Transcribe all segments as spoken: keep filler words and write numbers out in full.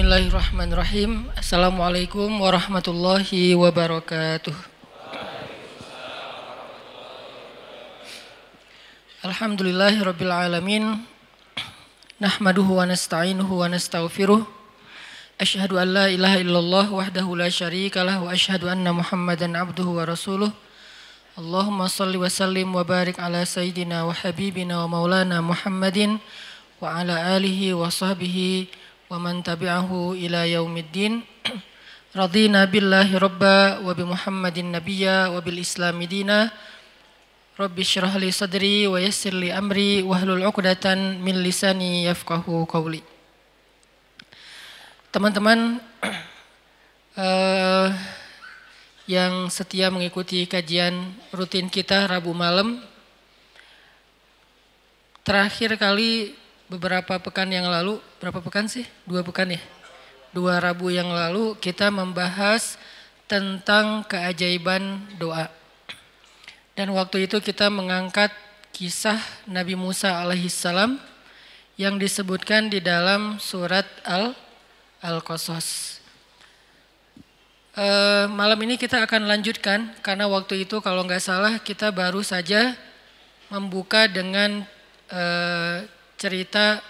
Bismillahirrahmanirrahim. Assalamualaikum warahmatullahi wabarakatuh. Alhamdulillahirabbil alamin. Nahmaduhu wa nasta'inuhu wa nastaghfiruh. Asyhadu an la ilaha illallah wahdahu la syarikalah wa asyhadu anna Muhammadan abduhu wa rasuluh. Allahumma shalli wa sallim wa barik ala sayyidina wa habibina wa maulana Muhammadin wa ala alihi wa sahbihi wa man tabi'ahu ila yaumiddin. Radina billahi rabba wa bi Muhammadin nabiyya wa bil islami dina. Rabbi syrah li sadri wa yassir li amri wahlul 'uqdatan min lisani yafqahu qawli. Teman-teman uh, yang setia mengikuti kajian rutin kita Rabu malam, terakhir kali beberapa pekan yang lalu, berapa pekan sih? Dua pekan ya? Dua Rabu yang lalu kita membahas tentang keajaiban doa. Dan waktu itu kita mengangkat kisah Nabi Musa alaihissalam yang disebutkan di dalam surat Al Al-Qasas. E, malam ini kita akan lanjutkan karena waktu itu kalau nggak salah kita baru saja membuka dengan e, cerita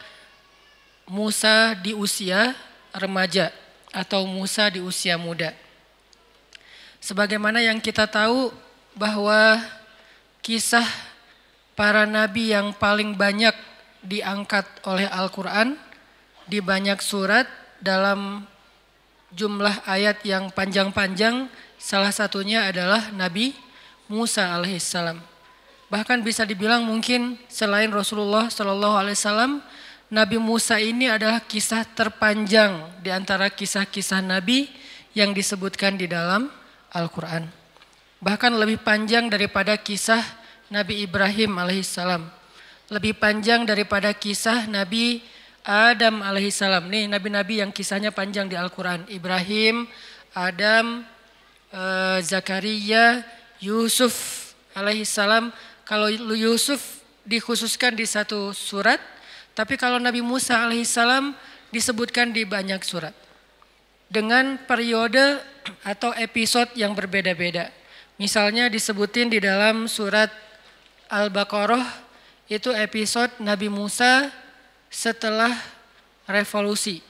Musa di usia remaja atau Musa di usia muda. Sebagaimana yang kita tahu bahwa kisah para nabi yang paling banyak diangkat oleh Al-Quran di banyak surat dalam jumlah ayat yang panjang-panjang, salah satunya adalah Nabi Musa alaihissalam. Bahkan bisa dibilang mungkin selain Rasulullah Shallallahu Alaihi Wasallam, Nabi Musa ini adalah kisah terpanjang di antara kisah-kisah Nabi yang disebutkan di dalam Al-Quran. Bahkan lebih panjang daripada kisah Nabi Ibrahim alaihissalam, lebih panjang daripada kisah Nabi Adam alaihissalam. Nih nabi-nabi yang kisahnya panjang di Al-Quran: Ibrahim, Adam, uh, Zakaria, Yusuf alaihissalam. Kalau Yusuf dikhususkan di satu surat, tapi kalau Nabi Musa alaihissalam disebutkan di banyak surat dengan periode atau episode yang berbeda-beda. Misalnya disebutin di dalam surat Al-Baqarah itu episode Nabi Musa setelah revolusi.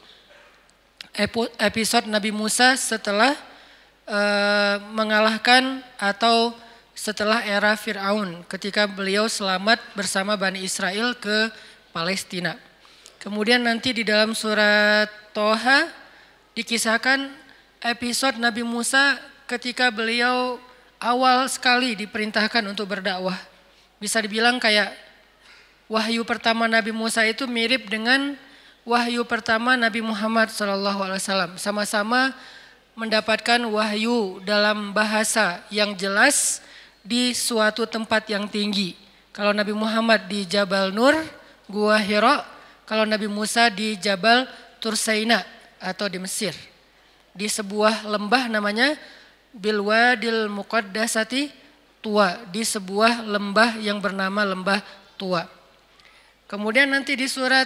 Episode Nabi Musa setelah uh, mengalahkan atau setelah era Fir'aun ketika beliau selamat bersama Bani Israel ke Palestina. Kemudian nanti di dalam surat Toha dikisahkan episode Nabi Musa ketika beliau awal sekali diperintahkan untuk berdakwah. Bisa dibilang kayak wahyu pertama Nabi Musa itu mirip dengan wahyu pertama Nabi Muhammad shallallahu alaihi wasallam. Sama-sama mendapatkan wahyu dalam bahasa yang jelas di suatu tempat yang tinggi. Kalau Nabi Muhammad di Jabal Nur, Gua Hira. Kalau Nabi Musa di Jabal Tursaina atau di Mesir. Di sebuah lembah namanya Bilwadil Muqaddasati Tua. Di sebuah lembah yang bernama Lembah Tua. Kemudian nanti di surat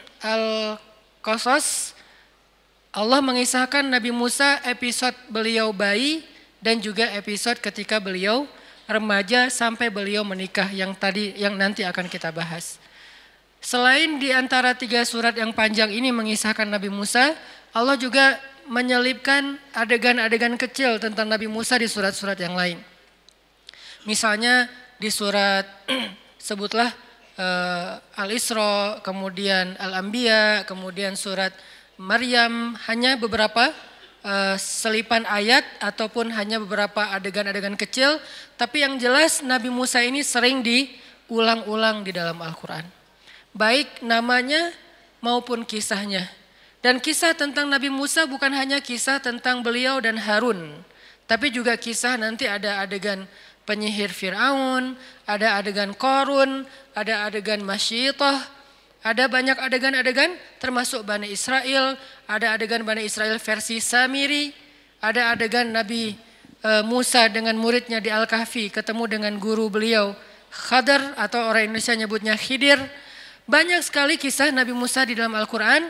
Al-Qasas Allah mengisahkan Nabi Musa episode beliau bayi dan juga episode ketika beliau remaja sampai beliau menikah yang tadi yang nanti akan kita bahas. Selain di antara tiga surat yang panjang ini mengisahkan Nabi Musa, Allah juga menyelipkan adegan-adegan kecil tentang Nabi Musa di surat-surat yang lain. Misalnya di surat sebutlah uh, Al-Isra, kemudian Al-Anbiya, kemudian surat Maryam, hanya beberapa Uh, selipan ayat ataupun hanya beberapa adegan-adegan kecil, tapi yang jelas Nabi Musa ini sering diulang-ulang di dalam Al-Quran. Baik namanya maupun kisahnya. Dan kisah tentang Nabi Musa bukan hanya kisah tentang beliau dan Harun, tapi juga kisah nanti ada adegan penyihir Fir'aun, ada adegan Qarun, ada adegan Masyitah. Ada banyak adegan-adegan termasuk Bani Israel, ada adegan Bani Israel versi Samiri, ada adegan Nabi e, Musa dengan muridnya di Al-Kahfi ketemu dengan guru beliau Khadar atau orang Indonesia nyebutnya Khidir. Banyak sekali kisah Nabi Musa di dalam Al-Quran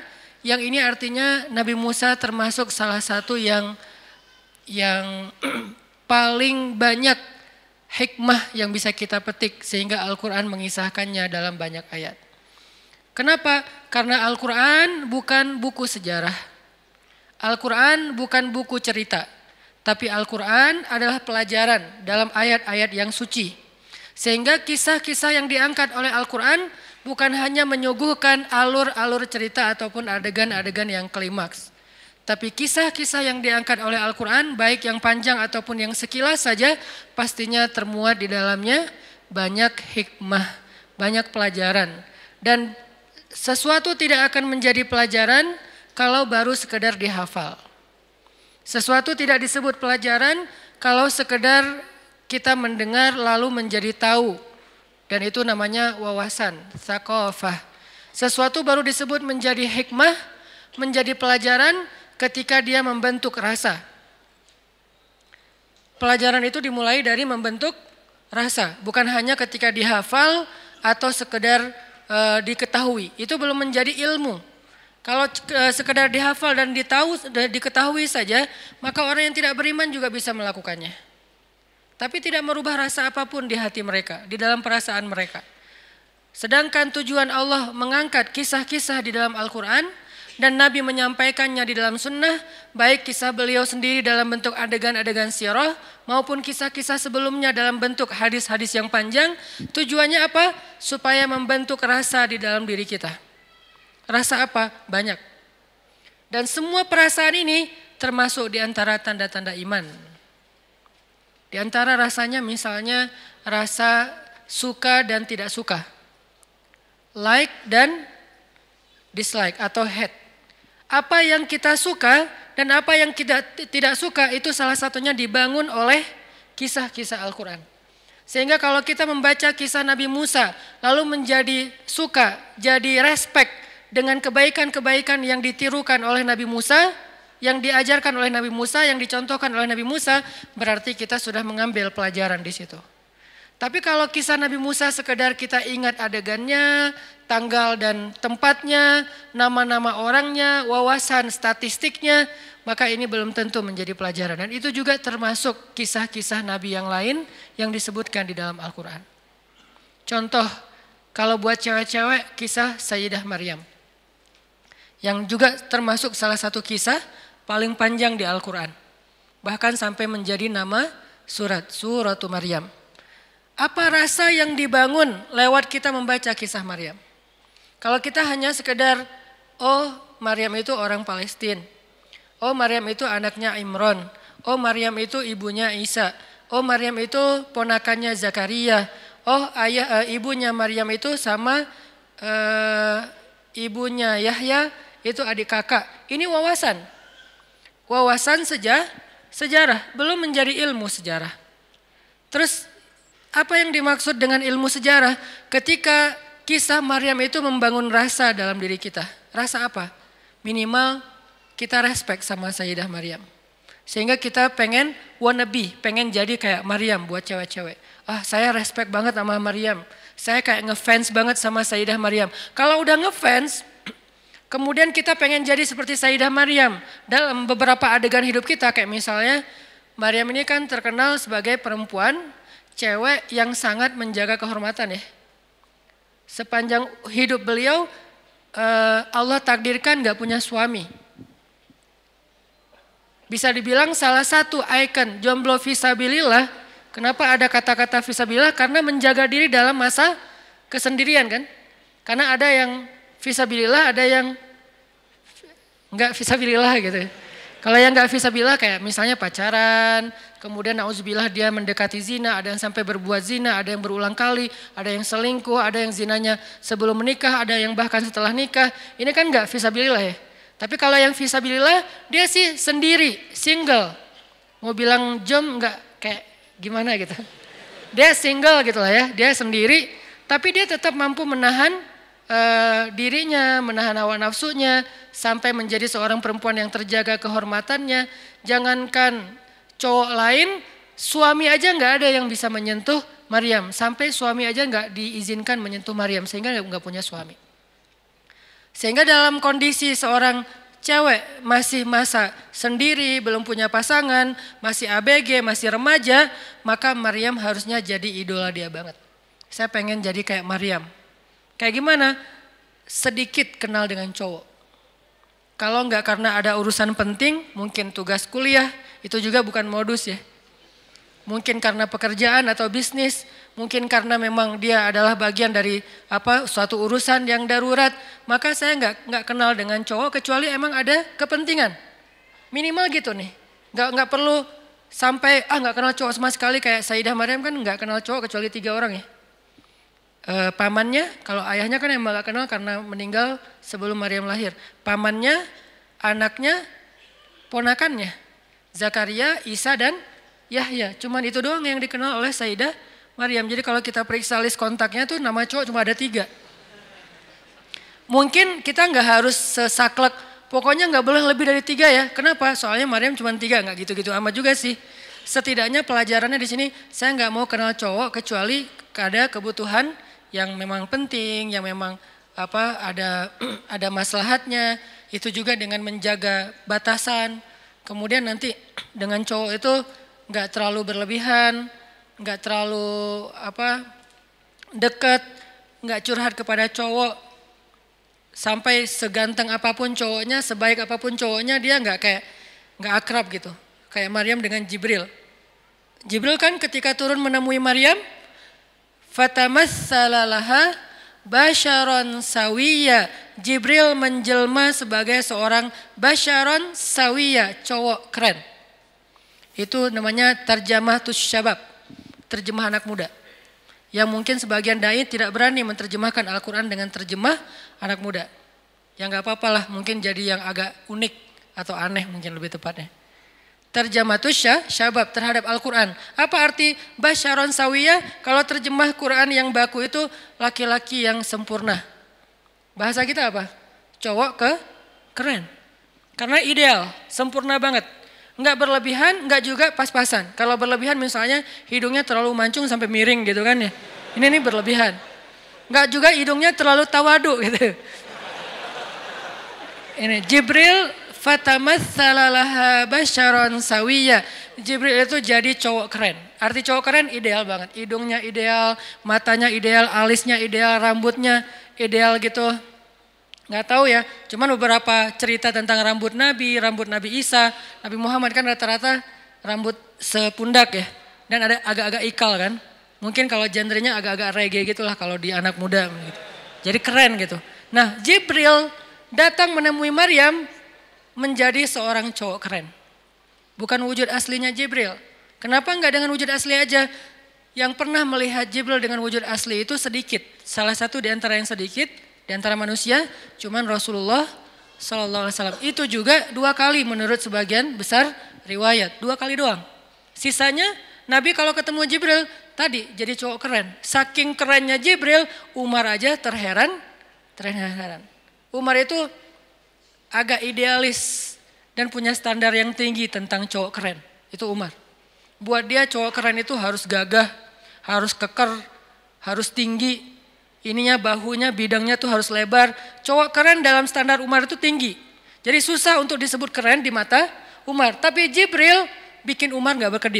Yang ini artinya Nabi Musa termasuk salah satu yang yang paling banyak hikmah yang bisa kita petik sehingga Al-Quran mengisahkannya dalam banyak ayat. Kenapa? Karena Al-Quran bukan buku sejarah. Al-Quran bukan buku cerita. Tapi Al-Quran adalah pelajaran dalam ayat-ayat yang suci. Sehingga kisah-kisah yang diangkat oleh Al-Quran bukan hanya menyuguhkan alur-alur cerita ataupun adegan-adegan yang klimaks. Tapi kisah-kisah yang diangkat oleh Al-Quran baik yang panjang ataupun yang sekilas saja pastinya termuat di dalamnya banyak hikmah, banyak pelajaran. Dan sesuatu tidak akan menjadi pelajaran kalau baru sekedar dihafal. Sesuatu tidak disebut pelajaran kalau sekedar kita mendengar lalu menjadi tahu. Dan itu namanya wawasan, tsaqafah. Sesuatu baru disebut menjadi hikmah, menjadi pelajaran ketika dia membentuk rasa. Pelajaran itu dimulai dari membentuk rasa. Bukan hanya ketika dihafal atau sekedar e, diketahui. Itu belum menjadi ilmu. Kalau sekedar dihafal dan ditahu, diketahui saja, maka orang yang tidak beriman juga bisa melakukannya. Tapi tidak merubah rasa apapun di hati mereka, di dalam perasaan mereka. Sedangkan tujuan Allah mengangkat kisah-kisah di dalam Al-Quran dan Nabi menyampaikannya di dalam sunnah, baik kisah beliau sendiri dalam bentuk adegan-adegan sirah maupun kisah-kisah sebelumnya dalam bentuk hadis-hadis yang panjang. Tujuannya apa? Supaya membentuk rasa di dalam diri kita. Rasa apa? Banyak. Dan semua perasaan ini termasuk di antara tanda-tanda iman. Di antara rasanya misalnya rasa suka dan tidak suka. Like dan dislike atau hate. Apa yang kita suka dan apa yang kita tidak suka itu salah satunya dibangun oleh kisah-kisah Al-Quran. Sehingga kalau kita membaca kisah Nabi Musa lalu menjadi suka, jadi respect dengan kebaikan-kebaikan yang ditirukan oleh Nabi Musa, yang diajarkan oleh Nabi Musa, yang dicontohkan oleh Nabi Musa, berarti kita sudah mengambil pelajaran di situ. Tapi kalau kisah Nabi Musa sekedar kita ingat adegannya, tanggal dan tempatnya, nama-nama orangnya, wawasan statistiknya, maka ini belum tentu menjadi pelajaran. Dan itu juga termasuk kisah-kisah Nabi yang lain yang disebutkan di dalam Al-Quran. Contoh, kalau buat cewek-cewek, kisah Sayyidah Maryam. Yang juga termasuk salah satu kisah paling panjang di Al-Quran. Bahkan sampai menjadi nama surat, Suratu Maryam. Apa rasa yang dibangun lewat kita membaca kisah Maryam? Kalau kita hanya sekedar, oh Maryam itu orang Palestina. Oh Maryam itu anaknya Imran. Oh Maryam itu ibunya Isa. Oh Maryam itu ponakannya Zakaria. Oh ayah e, ibunya Maryam itu sama e, ibunya Yahya itu adik kakak. Ini wawasan. Wawasan seja, sejarah, belum menjadi ilmu sejarah. Terus apa yang dimaksud dengan ilmu sejarah? Ketika kisah Maryam itu membangun rasa dalam diri kita. Rasa apa? Minimal kita respect sama Sayyidah Maryam. Sehingga kita pengen wannabe, pengen jadi kayak Maryam buat cewek-cewek. Ah, saya respect banget sama Maryam. Saya kayak ngefans banget sama Sayyidah Maryam. Kalau udah ngefans, kemudian kita pengen jadi seperti Sayyidah Maryam. Dalam beberapa adegan hidup kita, kayak misalnya Maryam ini kan terkenal sebagai perempuan, cewek yang sangat menjaga kehormatan ya. Sepanjang hidup beliau, Allah takdirkan gak punya suami. Bisa dibilang salah satu ikon jomblo fisabilillah. Kenapa ada kata-kata fisabilillah? Karena menjaga diri dalam masa kesendirian kan. Karena ada yang fisabilillah, ada yang enggak fisabilillah gitu. Kalau yang enggak fisabilillah kayak misalnya pacaran, kemudian nauzubillah dia mendekati zina, ada yang sampai berbuat zina, ada yang berulang kali, ada yang selingkuh, ada yang zinanya sebelum menikah, ada yang bahkan setelah nikah. Ini kan enggak fisabilillah ya. Tapi kalau yang fisabilillah dia sih sendiri, single. Mau bilang jom enggak kayak gimana gitu. Dia single gitu lah ya, dia sendiri tapi dia tetap mampu menahan uh, dirinya, menahan hawa nafsunya sampai menjadi seorang perempuan yang terjaga kehormatannya. Jangankan cowok lain, suami aja enggak ada yang bisa menyentuh Maryam. Sampai suami aja enggak diizinkan menyentuh Maryam sehingga enggak punya suami. Sehingga dalam kondisi seorang cewek masih masa sendiri, belum punya pasangan, masih A B G, masih remaja, maka Maryam harusnya jadi idola dia banget. Saya pengen jadi kayak Maryam. Kayak gimana? Sedikit kenal dengan cowok. Kalau enggak karena ada urusan penting, mungkin tugas kuliah, itu juga bukan modus ya. Mungkin karena pekerjaan atau bisnis, mungkin karena memang dia adalah bagian dari apa suatu urusan yang darurat, maka saya enggak enggak kenal dengan cowok kecuali emang ada kepentingan. Minimal gitu nih. Enggak enggak perlu sampai ah enggak kenal cowok sama sekali kayak Sayyidah Maryam kan enggak kenal cowok kecuali tiga orang ya. E, pamannya, kalau ayahnya kan emang gak kenal karena meninggal sebelum Maryam lahir. Pamannya, anaknya, ponakannya. Zakaria, Isa dan Yahya. Cuman itu doang yang dikenal oleh Sayyidah Maryam. Jadi kalau kita periksa list kontaknya tuh nama cowok cuma ada tiga. Mungkin kita gak harus sesaklek, pokoknya gak boleh lebih dari tiga ya. Kenapa? Soalnya Maryam cuma tiga, gak gitu-gitu amat juga sih. Setidaknya pelajarannya di sini saya gak mau kenal cowok kecuali ada kebutuhan yang memang penting, yang memang apa ada ada maslahatnya, itu juga dengan menjaga batasan. Kemudian nanti dengan cowok itu nggak terlalu berlebihan, nggak terlalu apa dekat, nggak curhat kepada cowok sampai seganteng apapun cowoknya, sebaik apapun cowoknya dia nggak kayak nggak akrab gitu. Kayak Maryam dengan Jibril. Jibril kan ketika turun menemui Maryam, fatamassala laha basyaron sawiya. Jibril menjelma sebagai seorang basyaron sawiya, cowok keren. Itu namanya terjemah tus syabab, terjemah anak muda. Yang mungkin sebagian dai tidak berani menerjemahkan Al-Quran dengan terjemah anak muda. Ya gak apa-apa lah, mungkin jadi yang agak unik atau aneh mungkin lebih tepatnya. Terjematus syabab terhadap Al-Quran. Apa arti basyaron sawiyah? Kalau terjemah Quran yang baku itu laki-laki yang sempurna. Bahasa kita apa? Cowok ke keren. Karena ideal, sempurna banget. Enggak berlebihan, enggak juga pas-pasan. Kalau berlebihan misalnya hidungnya terlalu mancung sampai miring gitu kan ya. Ini nih berlebihan. Enggak juga hidungnya terlalu tawadu gitu. Ini Jibril fatamassala laha basyaron sawiya. Jibril itu jadi cowok keren. Arti cowok keren ideal banget. Hidungnya ideal, matanya ideal, alisnya ideal, rambutnya ideal gitu. Gak tahu ya, cuman beberapa cerita tentang rambut Nabi, rambut Nabi Isa, Nabi Muhammad kan rata-rata rambut sepundak ya. Dan ada agak-agak ikal kan. Mungkin kalau genrenya agak-agak reggae gitulah kalau di anak muda gitu. Jadi keren gitu. Nah Jibril datang menemui Maryam menjadi seorang cowok keren. Bukan wujud aslinya Jibril. Kenapa enggak dengan wujud asli aja? Yang pernah melihat Jibril dengan wujud asli itu sedikit. Salah satu di antara yang sedikit, di antara manusia, cuman Rasulullah Sallallahu Alaihi Wasallam. Itu juga dua kali menurut sebagian besar riwayat. Dua kali doang. Sisanya Nabi kalau ketemu Jibril tadi jadi cowok keren. Saking kerennya Jibril, Umar aja terheran, terheran. Umar itu agak idealis dan punya standar yang tinggi tentang cowok keren. Itu Umar. Buat dia cowok keren itu harus gagah, harus keker, harus tinggi. Ininya bahunya, bidangnya tuh harus lebar. Cowok keren dalam standar Umar itu tinggi. Jadi susah untuk disebut keren di mata Umar. Tapi Jibril bikin Umar gak berkedip.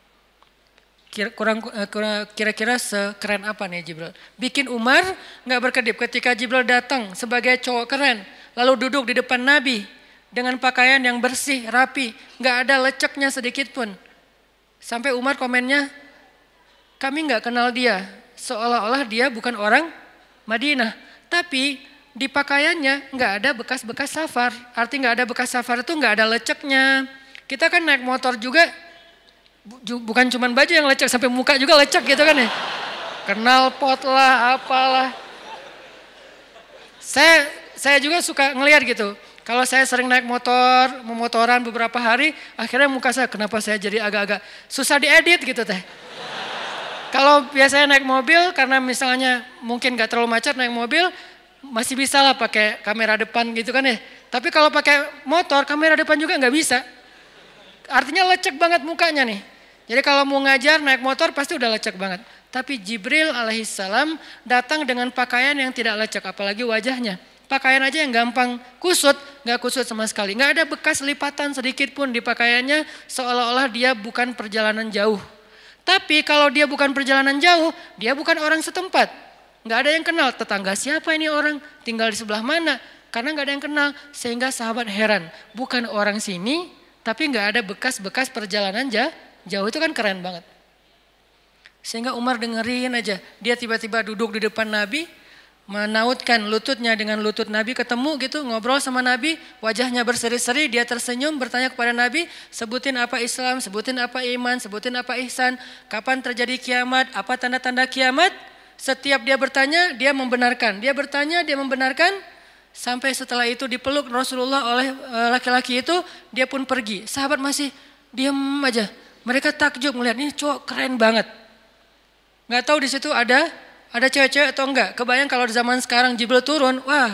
Kira, kurang kira-kira sekeren apa nih Jibril? Bikin Umar gak berkedip ketika Jibril datang sebagai cowok keren. Lalu duduk di depan Nabi dengan pakaian yang bersih, rapi. Gak ada leceknya sedikit pun. Sampai Umar komennya, kami gak kenal dia. Seolah-olah dia bukan orang Madinah. Tapi di pakaiannya gak ada bekas-bekas safar. Arti gak ada bekas safar itu gak ada leceknya. Kita kan naik motor juga, bukan cuma baju yang lecek, sampai muka juga lecek gitu kan ya. Kenal pot lah, apalah. Saya... Saya juga suka ngelihat gitu. Kalau saya sering naik motor, memotoran beberapa hari, akhirnya muka saya kenapa saya jadi agak-agak susah diedit gitu teh. Kalau biasanya naik mobil, karena misalnya mungkin gak terlalu macet naik mobil, masih bisa lah pakai kamera depan gitu kan ya. Tapi kalau pakai motor, kamera depan juga gak bisa. Artinya lecek banget mukanya nih. Jadi kalau mau ngajar naik motor pasti udah lecek banget. Tapi Jibril alaihissalam datang dengan pakaian yang tidak lecek, apalagi wajahnya. Pakaian aja yang gampang kusut, nggak kusut sama sekali. Nggak ada bekas lipatan sedikit pun di pakaiannya, seolah-olah dia bukan perjalanan jauh. Tapi kalau dia bukan perjalanan jauh, dia bukan orang setempat. Nggak ada yang kenal, tetangga siapa ini orang, tinggal di sebelah mana. Karena nggak ada yang kenal, sehingga sahabat heran. Bukan orang sini, tapi nggak ada bekas-bekas perjalanan jauh, itu kan keren banget. Sehingga Umar dengerin aja, dia tiba-tiba duduk di depan Nabi, menautkan lututnya dengan lutut Nabi, ketemu gitu, ngobrol sama Nabi, wajahnya berseri-seri, dia tersenyum bertanya kepada Nabi, sebutin apa Islam, sebutin apa iman, sebutin apa ihsan, kapan terjadi kiamat, apa tanda-tanda kiamat. Setiap dia bertanya, dia membenarkan, dia bertanya, dia membenarkan, sampai setelah itu dipeluk Rasulullah oleh laki-laki itu, dia pun pergi. Sahabat masih diam aja, mereka takjub melihat ini cowok keren banget. Nggak tahu di situ ada Ada cewek-cewek atau enggak? Kebayang kalau di zaman sekarang Jibril turun, wah,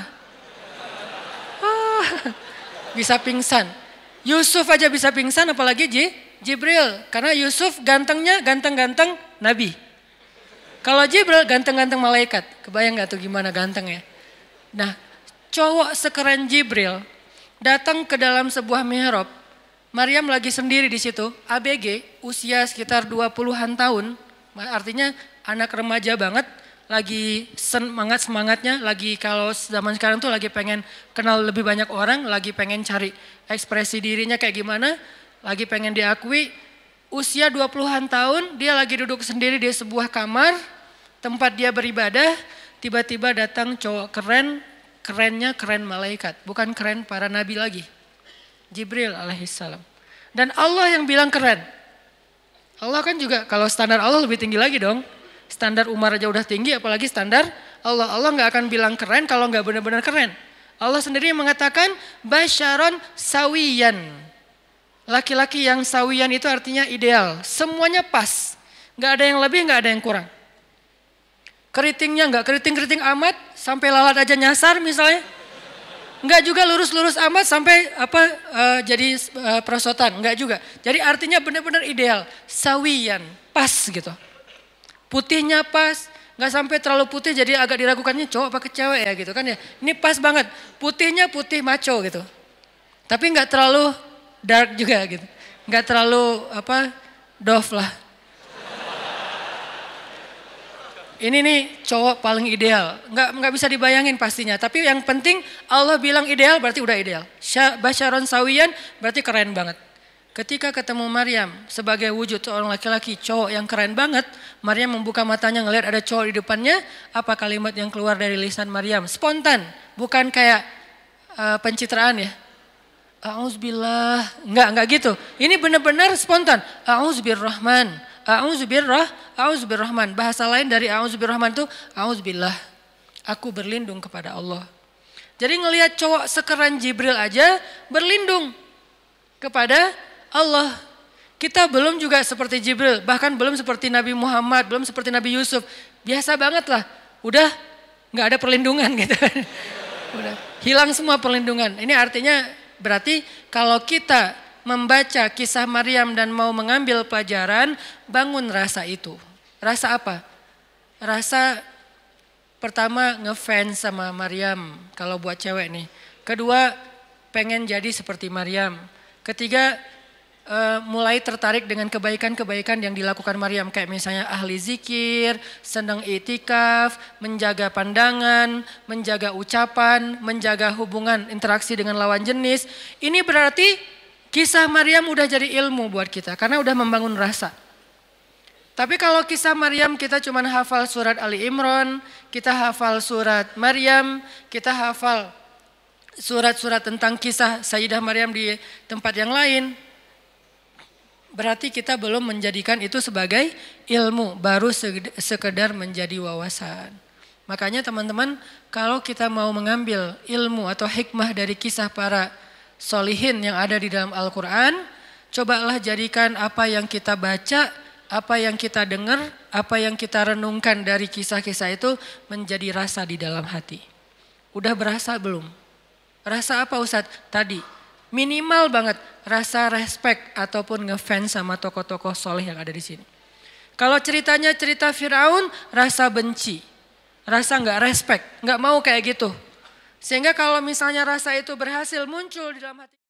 wah bisa pingsan. Yusuf aja bisa pingsan apalagi J, Jibril. Karena Yusuf gantengnya ganteng-ganteng Nabi. Kalau Jibril ganteng-ganteng malaikat. Kebayang gak tuh gimana gantengnya? Nah, cowok sekeren Jibril datang ke dalam sebuah mihrab. Maryam lagi sendiri di situ, A B G, usia sekitar dua puluhan tahun. Artinya anak remaja banget. Lagi semangat-semangatnya, lagi kalau zaman sekarang tuh lagi pengen kenal lebih banyak orang, lagi pengen cari ekspresi dirinya kayak gimana, lagi pengen diakui. Usia dua puluhan tahun, dia lagi duduk sendiri di sebuah kamar, tempat dia beribadah, tiba-tiba datang cowok keren, kerennya keren malaikat, bukan keren para nabi lagi. Jibril alaihissalam. Dan Allah yang bilang keren. Allah kan juga, kalau standar Allah lebih tinggi lagi dong. Standar Umar aja udah tinggi, apalagi standar Allah. Allah nggak akan bilang keren kalau nggak benar-benar keren. Allah sendiri yang mengatakan basyaron sawiyan. Laki-laki yang sawiyan itu artinya ideal. Semuanya pas. Nggak ada yang lebih, nggak ada yang kurang. Keritingnya nggak keriting-keriting amat, sampai lalat aja nyasar misalnya. Nggak juga lurus-lurus amat sampai apa uh, jadi uh, perosotan. Nggak juga. Jadi artinya benar-benar ideal. Sawiyan, pas gitu. Putihnya pas, nggak sampai terlalu putih jadi agak diragukannya cowok apa cewek ya gitu kan ya. Ini pas banget, putihnya putih maco gitu. Tapi nggak terlalu dark juga gitu, nggak terlalu apa doff lah. Ini nih cowok paling ideal, nggak nggak bisa dibayangin pastinya. Tapi yang penting Allah bilang ideal berarti udah ideal. Basyaron sawiyan berarti keren banget. Ketika ketemu Maryam sebagai wujud seorang laki-laki cowok yang keren banget, Maryam membuka matanya ngelihat ada cowok di depannya, apa kalimat yang keluar dari lisan Maryam? Spontan, bukan kayak uh, pencitraan ya. A'udzubillah, enggak, enggak gitu. Ini benar-benar spontan. A'udzubirrahman, a'udzubirrah, a'udzubirrahman. Bahasa lain dari a'udzubirrahman itu a'udzubillah. Aku berlindung kepada Allah. Jadi ngelihat cowok sekeren Jibril aja berlindung kepada Allah. Kita belum juga seperti Jibril, bahkan belum seperti Nabi Muhammad, belum seperti Nabi Yusuf. Biasa banget lah, udah gak ada perlindungan gitu. Udah hilang semua perlindungan. Ini artinya berarti kalau kita membaca kisah Maryam dan mau mengambil pelajaran, bangun rasa itu. Rasa apa? Rasa pertama ngefans sama Maryam kalau buat cewek nih. Kedua pengen jadi seperti Maryam. Ketiga, uh, mulai tertarik dengan kebaikan-kebaikan yang dilakukan Maryam. Kayak misalnya ahli zikir, senang itikaf, menjaga pandangan, menjaga ucapan, menjaga hubungan interaksi dengan lawan jenis. Ini berarti kisah Maryam udah jadi ilmu buat kita karena udah membangun rasa. Tapi kalau kisah Maryam kita cuma hafal surat Ali Imran, kita hafal surat Maryam, kita hafal surat-surat tentang kisah Sayyidah Maryam di tempat yang lain, berarti kita belum menjadikan itu sebagai ilmu, baru sekedar menjadi wawasan. Makanya teman-teman, kalau kita mau mengambil ilmu atau hikmah dari kisah para solihin yang ada di dalam Al-Quran, cobalah jadikan apa yang kita baca, apa yang kita dengar, apa yang kita renungkan dari kisah-kisah itu menjadi rasa di dalam hati. Udah berasa belum? Rasa apa Ustadz? Tadi minimal banget rasa respect ataupun ngefans sama tokoh-tokoh soleh yang ada di sini. Kalau ceritanya cerita Firaun, rasa benci, rasa nggak respect, nggak mau kayak gitu. Sehingga kalau misalnya rasa itu berhasil muncul di dalam hati